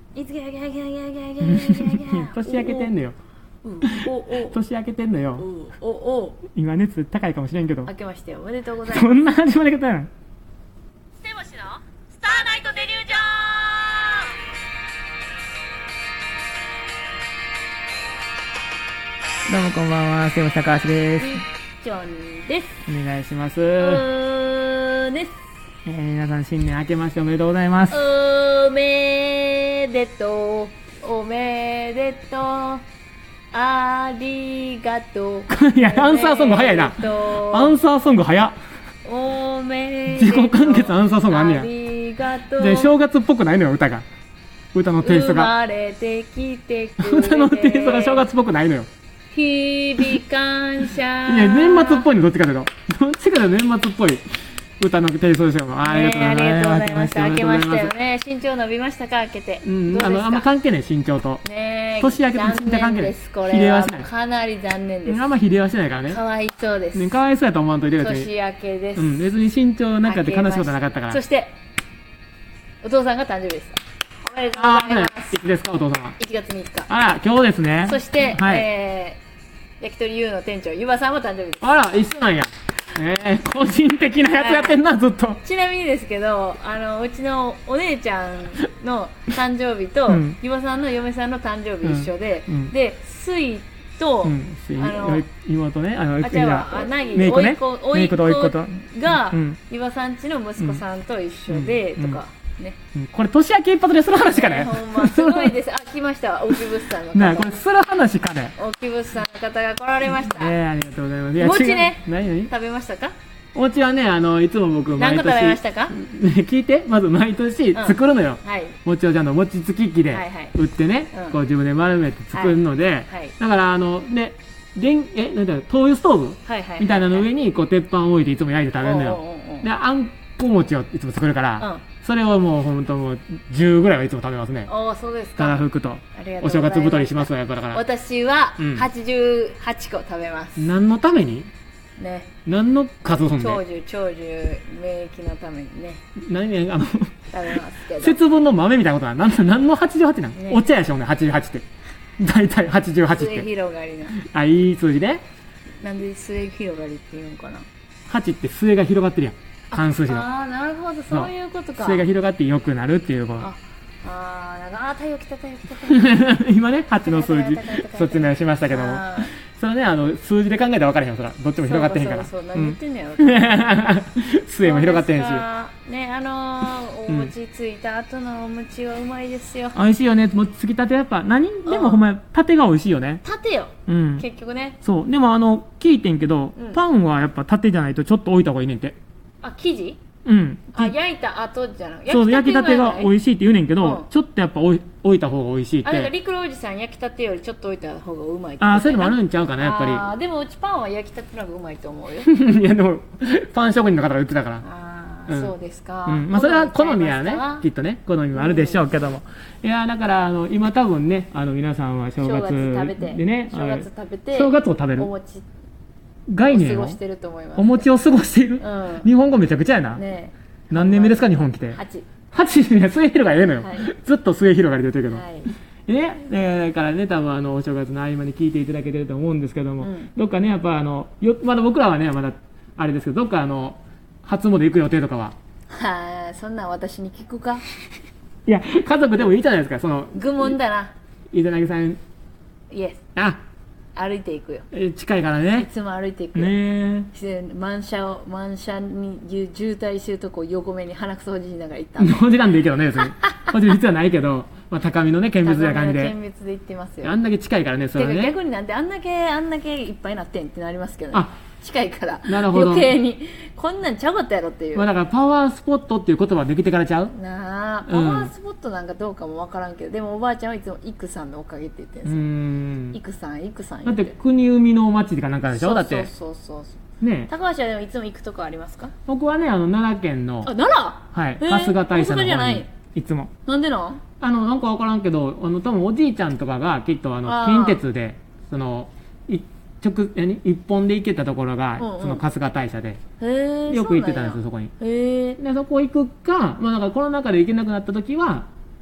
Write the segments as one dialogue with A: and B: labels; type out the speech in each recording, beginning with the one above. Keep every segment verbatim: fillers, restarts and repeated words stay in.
A: いつギャギャギャギャギャギャギャギャ
B: 年明けてんのよ。
A: おお
B: 年明けてんのよ。
A: おお
B: 今熱高いかもしれんけど。
A: 明けましておめでとうございます。
B: そんな始まり方やん。
A: ステボシのスターナイトデリュージョ
B: どうもこんばんは、瀬尾高橋です。
A: ン。みっちょんです。
B: お願いします。
A: う
B: え
A: ーです。
B: ー、皆さん新年明けましておめでとうございます。
A: おめでとう、おめでとう、ありがとう。
B: いや、アンサーソング早いな。アンサーソング早っ。
A: おめでとう。
B: 自己完結アンサーソングあんねや。
A: ありがとう。
B: で、正月っぽくないのよ、歌が。歌のテイスト
A: 生
B: が。
A: まれてきてくれて。
B: 歌のテイストが正月っぽくないのよ。
A: 日々感謝。
B: いや、年末っぽいの、どっちかというと。どっちかというと年末っぽい歌のテイストですよ。ありがとうございます。
A: ありがとうございました。明けましたよ
B: ね。
A: ね。身長伸びましたか、明けて。
B: うん、
A: どうですか。
B: あの、あんま関係ない、身長と。
A: ねえ。
B: 年明けと身長関係ない。
A: 残念です。こ
B: 比
A: れは
B: 例はしない。
A: かなり残念です。
B: あんま比例はしてないからね。
A: かわいそうです。
B: ね、かわいそうやと思わんといて別に。
A: 年明けです。
B: うん、別に身長なんかって悲しいことなかったから。
A: そして、お父さんが誕生日です。おめでとうご
B: ああ、
A: ざいます。
B: いつですか、お父様。
A: いちがつみっか。
B: あら、今日ですね。
A: そして、
B: はい。
A: えー、焼き鳥 U の店長、ゆばさんも誕生日です。
B: あら、一緒なんや。えー、個人的なやつやってんな、ずっと。
A: ちなみにですけど、あのうちのお姉ちゃんの誕生日と、
B: うん
A: ゆばさんの嫁さんの誕生日一緒で、
B: うんうん
A: で、すいと、
B: うん、
A: あの
B: 妹ね、あの、
A: あ、ちゃうわ、あ、なぎ、
B: めいこね。
A: おいっ子、おいっ子
B: と。
A: が、
B: うん
A: ゆばさんちの息子さんと一緒で、
B: うん
A: とか、ね。
B: うんこれ年明け一発でする話かね。
A: ほんま、すごいです。あ、来ましたわ、大木物産の方。
B: なあ、これする話かね。
A: 大木物産の方が来られました。
B: えー、ありがとうございます。いや
A: 餅ね
B: 違う何何
A: 食べましたか。
B: お餅はね、あの、いつも僕、毎年。
A: 何個食べましたか。
B: ね聞いて、まず毎年作るのよ。
A: はい。
B: 餅をちゃんと餅つき機で
A: はいはい
B: 売ってね、
A: うん
B: こう自分で丸めて作るので、
A: はいはい
B: だからあの、ね、電、え、なんだろう、灯油ストーブ
A: はいはい。
B: みたいなの上にこう鉄板を置いていつも焼いて食べるのよ。
A: おうおうおうおう
B: で、あんこ餅をいつも作るから、
A: うん
B: それをもうほんともうじゅうぐらいはいつも食べますね。
A: おお、そうです
B: たら
A: か。
B: ふくと。
A: ありがとう
B: お正
A: ございます
B: 月太りしますわ、やっぱだから。
A: 私は
B: うん
A: はちじゅうはちこ食べます。
B: 何のために
A: ね。
B: 何の数ほんで
A: 長寿長寿免疫のためにね
B: 何ね、あの、
A: 食べますけど。
B: 節分の豆みたいなことな。なん何のはちじゅうはちなん、
A: ね
B: お茶やしょうね、はちじゅうはちって。大体はちじゅうはちっ
A: 末
B: て。
A: 広がりの。
B: あ、いい数字ね。
A: なんで末広がりって言うんかな。
B: はちって末が広がってるやん。漢数字の。
A: ああ、なるほど、そういうことか。
B: 末が広がって良くなるっていうこ
A: ああー、なんか、あー、太陽来た、太陽来た、太陽来
B: と。今ね、はちの数字、説明しましたけども。
A: た。あー
B: それね、あの、数字で考えたら分からへんよ、そら。どっちも広がってへんから。
A: そうそうそう、何言ってんねやろ。
B: うん末も広がってへんし。
A: し。ね、あのー、お餅ついた後のお餅はうまいですよ。
B: 美味しいよね。もうつきたてやっぱ、何でもほんま、たてが美味しいよね。
A: 縦よ、
B: うん。
A: 結局ね。
B: そう。でもあの、聞いてんけど、
A: うん
B: パンはやっぱ縦じゃないとちょっと置いた方がいいねんて。
A: あ、生地
B: うん。
A: あ、焼いた後じゃなくて。
B: そう、焼きたてが美
A: い。
B: 味しいって言うねんけど、
A: うん
B: ちょっとやっぱ置い置いた方が美味しいっ
A: あ、だから
B: て。
A: 陸路おじさん焼きたてよりちょっと置いた方がうまいって
B: ああ、それでもあ
A: ん
B: るんちゃうかな、やっぱ
A: あーでもうちパンは焼きたての方がうまいと思うよ。
B: り。いや、でも、パン職人の方が言ってたから。
A: ああ、
B: うん
A: そうですか。
B: うん。まあ、それは好みやね
A: ちゃいますか。
B: きっとね。好みもあるでしょうけども。いや、だから、あの、今多分ね、あの、皆さんは正月
A: 正月食べて、
B: でね、
A: 正月食べて、
B: 正月を食べる
A: お餅を
B: 概念を
A: 過ごしてると思います。
B: お餅を過ごしている、
A: うん
B: 日本語めちゃくちゃやな。
A: ね
B: 何年目ですか、日本来て。
A: はち。
B: はちね、末広がりええのよ。
A: はい
B: ずっと末広がりで言ってるけど。
A: はい。
B: ね、えーだからね、多分あの、お正月の合間に聞いていただけてると思うんですけども、
A: うん
B: どっかね、やっぱあの、よ、まだ僕らはね、まだ、あれですけど、どっかあの、初詣行く予定とかは。
A: はあ、そんなん私に聞くか。
B: いや、家族でもいいじゃないですか、その、
A: 愚問だな。
B: いたなぎさん、
A: イエス。
B: あ、
A: 歩いていくよ。
B: えー近いから
A: い
B: ね。
A: つも歩いていくよ。
B: ね
A: で満車を、満車に渋滞してるとこ横目に鼻くそほじりながら行った
B: え。文字なんでいいけどね、別に。文字実はないけど、まあ、高みのね、見物な感じで。
A: 見物で行ってますよ。
B: あんだけ近いからね、それはね。
A: てか逆になんであんだけ、あんだけいっぱいなってんってなりますけどね。
B: あ
A: 近いから。
B: なるほど
A: 余計に。こんなんちゃうかったやろっていう。
B: まあだからパワースポットっていう言葉できてからちゃう
A: なあ、パワースポットなんかどうかもわからんけど、でもおばあちゃんはいつもイクさんのおかげって言ってるん
B: うー
A: ですよ。
B: ん。
A: イクさん、イクさん
B: だって
A: 言って。
B: 国海の町かなんかでしょだって。
A: そうそうそうそう。
B: ね
A: 高橋はでもいつも行くとこありますか。
B: 僕はね、あの、奈良県の
A: あ、、奈良
B: はい、
A: えー
B: 春日大社の方に
A: 大阪じゃない、
B: いつも。
A: なんでなん
B: あの、なんかわからんけど、あの、多分おじいちゃんとかがきっとあの、
A: あー
B: 近鉄で、その、い直、何一本で行けたところが、
A: うんうん
B: その春日大社で、
A: へえ。
B: よく行ってたんですよ、そ
A: そ
B: こに。
A: うなんやへえ。
B: で、そこ行くか、まあ、だからコロナ禍で行けなくなった時は、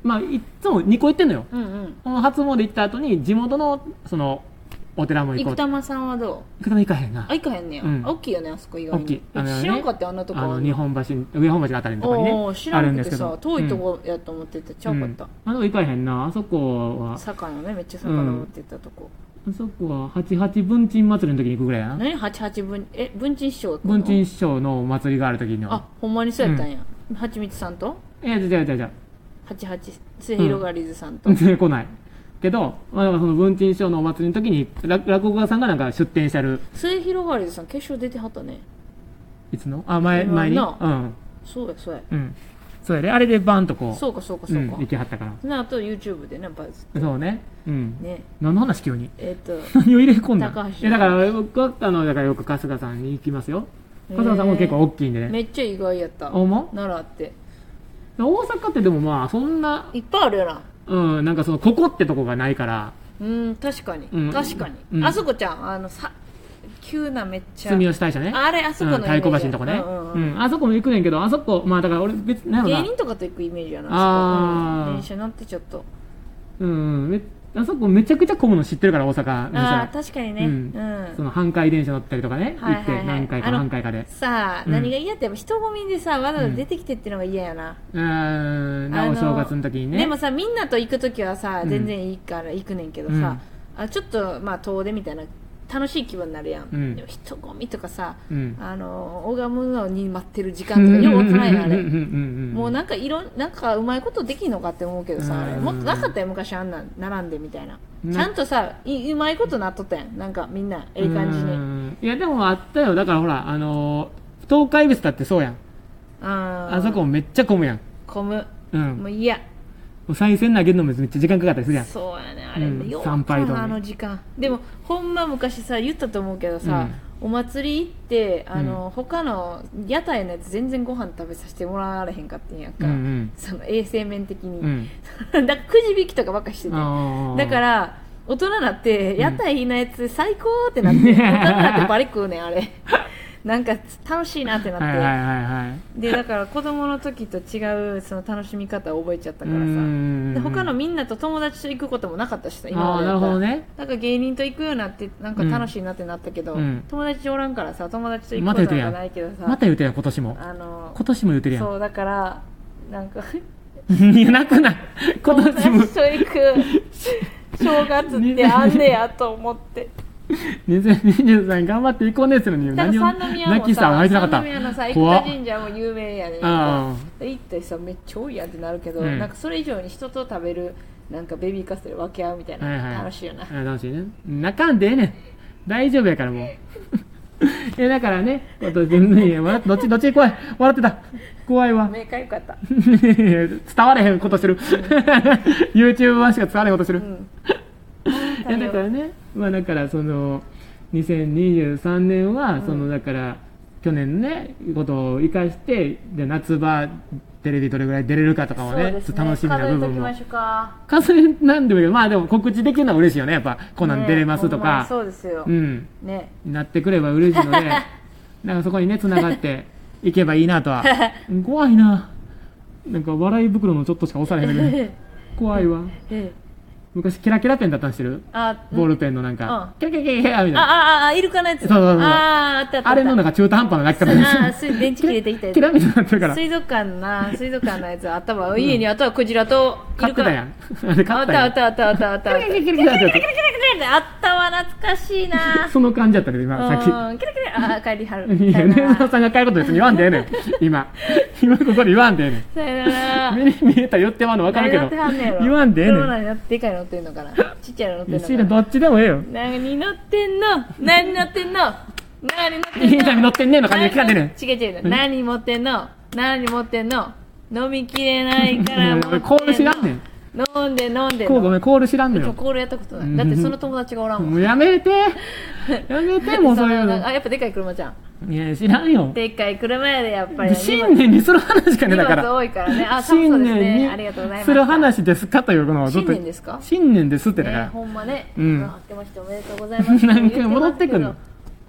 B: まあいっつもにこ行ってんのよ。
A: うんうん。
B: この初詣行った後に地元のそのお寺も行こう。
A: 生玉さんはどう？
B: 生玉行かへんな。
A: あ、行かへんねや。
B: うん
A: 大きいよね、あそこ意外に。
B: 大きい。あのね
A: 知らんかったよ、あんなとこ
B: あの
A: ある
B: 日本橋、上本橋があたりのところに
A: おー
B: ね、
A: 知らんくて
B: あるんですけど
A: さ、。遠いと
B: うん
A: こやと思っててちゃうかった。
B: うんあそこ行かへんな。あそこは、
A: 坂のね、めっちゃ坂登ってったとこ。
B: あそこははちはち文鎮祭りの時に行くぐらいやな。
A: 何はちはち分、え、文鎮師匠
B: 文鎮師匠のお祭りがある時の。
A: あ、ほんまにそうやったんや。はちみつさんと
B: いや、違う違う違う。
A: はちはち末広がりずさんと。
B: 全然来ない。けど、まあ、その文鎮師匠のお祭りの時に落落語家さんがなんか出店してある。
A: 末広がりずさん決勝出てはったね。
B: いつのあ、前、
A: 今
B: 前に。う。
A: なんそうや、そうや。
B: うん。そうやで、あれでバンとこう。
A: そうか、そうか、そうか
B: ん、。行きはったから。
A: その後 YouTube でね、バズって。
B: そうね。うん。
A: ね。
B: 何の話急に
A: えっと、
B: 何を入れ込んだ
A: 高橋
B: いやだから僕はあのだからよく春日さんに行きますよ。春日さんも結構大きいんでね。
A: めっちゃ意外やった。
B: あほんま
A: 奈良って。
B: 大阪ってでもまあそんない
A: っぱいあるよな。
B: うんなんかそのここってとこがないから
A: うん、確かに。
B: うん
A: 確かに。
B: うん
A: あそこちゃん、あの、さ、急なめっちゃ。
B: 住吉大社ね。
A: あれ、あそこの
B: うん、
A: イメージ
B: 太鼓橋のとこね、
A: う
B: うんん
A: うんうん
B: あそこも行くねんけどあそこまあだから俺別になんやろな
A: 芸人とかと行くイメージやな。
B: あー
A: そこうん電車乗ってちょっと。
B: うんめあそこめちゃくちゃ混むの知ってるから大阪
A: ああ、確かにね。
B: う
A: うんん。
B: その阪海電車乗ったりとかね、
A: はいはいはい
B: 行って何回か
A: あの
B: 何回かで
A: さあ、
B: うん
A: 何が嫌ってやっぱ人混みでさ、わざわざ出てきてっていうのが嫌やな。
B: うーんな
A: あの
B: お正月の時にね
A: でもさ、みんなと行くときはさ、
B: うん
A: 全然いいから行くねんけどさ、
B: うん
A: あちょっと、まあ、遠出みたいな、楽しい気分になるやん。
B: うん
A: でも人混みとかさ、
B: うん
A: あの、拝むのに待ってる時間とか、ようわからんやん、あれ。もうなんかいろん、なんかうまいことできんのかって思うけどさ、あれ
B: うん
A: もっとなかったよ、昔あんなん並んでみたいな。
B: ね
A: ちゃんとさい、うまいことなっとったやん。なんかみんな、ええ感じ
B: う
A: に。
B: んいやでもあったよだからほらあのー東海別だってそうやん
A: あ
B: あそこもめっちゃ混むやん
A: 混む。
B: うん
A: もう嫌。
B: お賽銭投げるのもめっちゃ時間かかったりするやん
A: そうやね、あれ、
B: うん
A: ようわからん
B: 参拝道に
A: あの時間。でも、ほんま昔さ、言ったと思うけどさ、お祭り行って、あの、他の屋台のやつ全然ご飯食べさせてもらわれへんかってんやんか。
B: うんうん
A: その衛生面的に。
B: うん
A: だからくじ引きとかばっかしてて。
B: あー
A: だから、大人になって、屋台のやつ最高ってなって、大人になってバリ食うねん、あれ。なんか楽しいなってなって。
B: はいはいはいはい
A: で、だから子供の時と違うその楽しみ方を覚えちゃったから
B: う
A: さ。
B: ん
A: で他のみんなと友達と行くこともなかったしさ、今
B: ああな
A: までだったら
B: るほどね
A: なんか芸人と行くようになってなんか楽しいなってなったけど、
B: うん
A: 友達おらんからさ、友達と行くことなんかないけどさ、
B: また言うてるやん今年も
A: あの
B: 今年も言うてるやん
A: そうだからなんか
B: いやなくない今
A: 友
B: 年も
A: 達と行く正月ってあんねやと思って
B: にせんにじゅうさん頑張っていこうねってのに
A: だから
B: 何を
A: 三宮も
B: 泣きさ
A: さ
B: 泣いてなかった
A: 三宮のさ生
B: 怖っ
A: 田神社も有名やねん
B: あ
A: で行ってさめっちゃ多いやんってなるけど、
B: うん
A: なんかそれ以上に人と食べるなんかベビーカステラ分け合うみたいな、
B: はいはい
A: 楽しいよな、
B: あ楽しいね泣かんでええねん大丈夫やからもういやだからね今年いや笑ってどっちどっち怖い笑ってた怖いわ
A: 目かゆかった
B: 伝われへんことしてる、YouTube 版しか伝われへんことしてる、
A: うん
B: いやだからねまあだからそのにせんにじゅうさんねんはそのだから去年のねことを生かしてで夏場テレビどれぐらい出れるかとかもね
A: そうですね
B: 楽しみな部分も
A: 数えときましょうか
B: 数えなんでもいいけどまあでも告知できるのは嬉しいよねやっぱこんなん出れますと
A: ねほんま
B: か、
A: そうですよ、
B: うん
A: ね
B: なってくれば嬉しいのでなんかそこにねつながっていけばいいなとは怖いななんか笑い袋のちょっとしか押されへんけど怖いわ
A: え
B: 昔キラキラペンだったんしてる
A: あ
B: ボールペンのなんか、
A: うん
B: キラキラキラキラみたい
A: あ
B: な
A: ああイルカのやつ
B: そうそうそう
A: あああったあった
B: あれのなんか中途半端な泣き方です
A: ああ水電池切れてきたやつ
B: キラみたいになってるから
A: 水族館な水族館のやつあったわ、家にあとはクジラと
B: 買ってたやんあれ買
A: あっ
B: ったやん
A: たあったあったあったあったあった
B: キラキラキラキラってやつ
A: あったわ懐かしいな
B: その感じやったね今さっき
A: うんキラキラあ帰りはる
B: いや、ね
A: さよなら
B: さんが帰ること別に言わんでええねん。今。今ここで言わんでええねん。
A: さよなら
B: 目に見えたら言ってまうの分かるけど
A: 何乗ってはんねやろ。
B: 言わんでええねん。
A: どうなんやでかいの乗ってんのかなちっちゃいの乗ってんのかな
B: いや知らんどっちでもええよ。
A: 何乗ってんの何乗ってんの何乗ってんの
B: いいじゃん乗ってんねえの感じで聞かんでね
A: 違う違う何持ってんの何持ってんの飲みきれないから持ってんの
B: コール知らんねん。
A: 飲んで飲んで
B: こうごめん、コール知らんのよ。
A: ちょコールやったことないだってその友達がおらんもん
B: もうやめて。やめて、もうそういうの。
A: あやっぱでかい車じゃん
B: いや、知らんよ。
A: でっかい車やでやっぱり
B: 新年にする話かね、だか
A: 荷物
B: ら。
A: 多いからねあ
B: 新
A: そうです
B: 年
A: ねありがとうございます
B: にする話ですかというのをずっ
A: 新
B: と。
A: 年ですか
B: 新年ですってだか
A: ね
B: ら。
A: ほんまね
B: うん
A: 明けましておめでとうございます
B: 何回戻ってくんの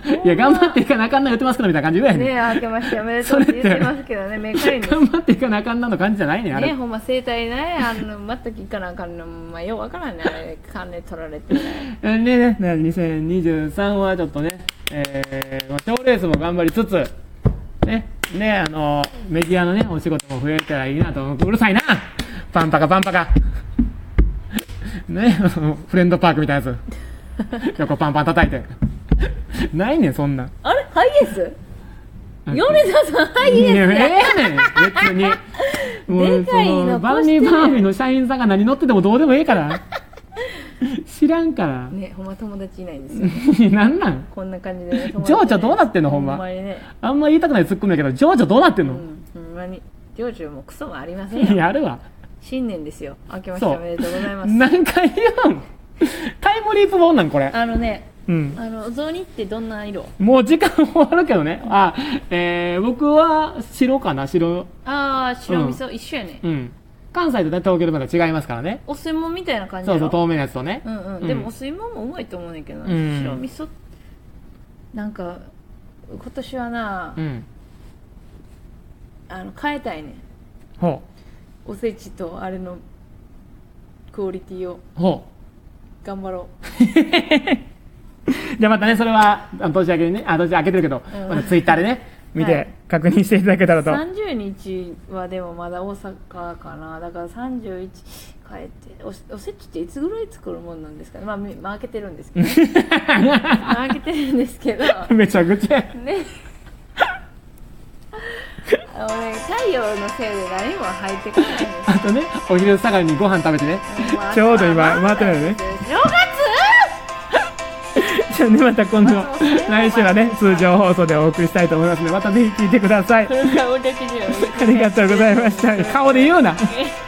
B: いや頑張っていかなあかんな言ってますからみたいな感じぐらい
A: ねえ、明けましておめでとうって言ってますけどね、めかりんです。
B: 頑張っていかなあかんなの感じじゃないねんあれ。
A: ねほんま生態ね、あの全くいかなあかんの、まあ、ようわからんね、あれ金取られてね。
B: ねねねにせんにじゅうさんはちょっとね、えー、賞レースも頑張りつつねねあのメディアのねお仕事も増えたらいいなと思う。うるさいなパンパカパンパカねフレンドパークみたいなやつ横パンパン叩いてないねんそんな。
A: あれハイエース米田さんハイエースや、
B: ねええねん別にもう
A: でかいの
B: そのバーニーバーミーの社員さんが何乗っててもどうでもええから知らんから
A: ねほんま友達いないんですよ
B: なんなん
A: こんな感じで、ね、
B: 情緒どうなってんのほんま
A: ほんまにね、
B: あんま言いたくないツッコミやけど情緒どうなってんの、
A: うん、ほんまに情緒もクソもありませんよ。
B: やるわ
A: 新年ですよ。明けましておめでとうございます。
B: 何回言うんタイムリープ本なんこれ。
A: あのね、
B: うん、
A: あの雑煮ってどんな色？
B: もう時間終わるけどね。あ、えー、僕は白かな白。
A: ああ白味噌、うん、一緒やね。
B: うん。関西とね東京とまた違いますからね。
A: お吸い物みたいな感じ。
B: そうそう透明なやつとね。
A: うんうん。うん、でもお吸い物もうまいと思うねんけど、うん、白味噌なんか今年はな、うん、あの変えたいねん。
B: ほ
A: う。おせちとあれのクオリティを。
B: ほ
A: う。頑張ろう。
B: じゃあまたねそれは年明けにねあ年明けてるけど、うん、またツイッターでね見て確認していただけたらと。
A: さんじゅうにちはでもまだ大阪かな。だからさんじゅういち帰ってお、おせちっていつぐらい作るもんなんですかね。まあマーケてるんですけど、ね、マーケてるんですけど
B: めちゃくちゃ
A: ねあのね太陽のせいで何も入ってこないんです。
B: あとねお昼下がりにご飯食べてね、うん、ちょうど今回ってないよね。
A: 正月
B: じゃあねまた今度来週はね通常放送でお送りしたいと思いますのでまたぜひ聞いてください。ありがとうございました。顔で言うな。